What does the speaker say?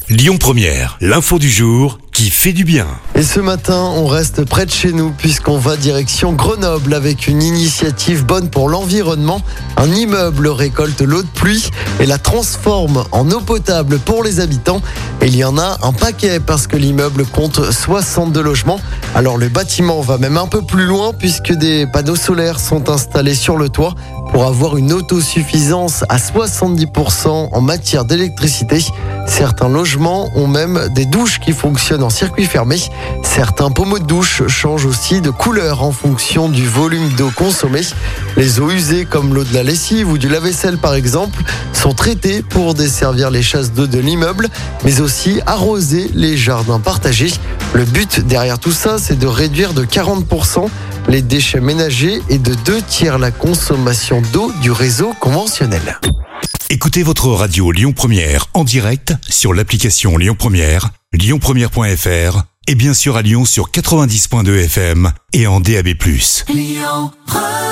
Lyon Première, l'info du jour qui fait du bien. Et ce matin, on reste près de chez nous puisqu'on va direction Grenoble avec une initiative bonne pour l'environnement. Un immeuble récolte l'eau de pluie et la transforme en eau potable pour les habitants. Et il y en a un paquet parce que l'immeuble compte 62 logements. Alors le bâtiment va même un peu plus loin puisque des panneaux solaires sont installés sur le toit pour avoir une autosuffisance à 70% en matière d'électricité. Certains logements ont même des douches qui fonctionnent en circuit fermé. Certains pommeaux de douche changent aussi de couleur en fonction du volume d'eau consommée. Les eaux usées comme l'eau de la lessive ou du lave-vaisselle par exemple sont traitées pour desservir les chasses d'eau de l'immeuble, mais aussi arroser les jardins partagés. Le but derrière tout ça, c'est de réduire de 40% les déchets ménagers et de 2/3 la consommation d'eau du réseau conventionnel. Écoutez votre radio Lyon Première en direct sur l'application Lyon Première, lyonpremière.fr et bien sûr à Lyon sur 90.2 FM et en DAB+. Lyon Première.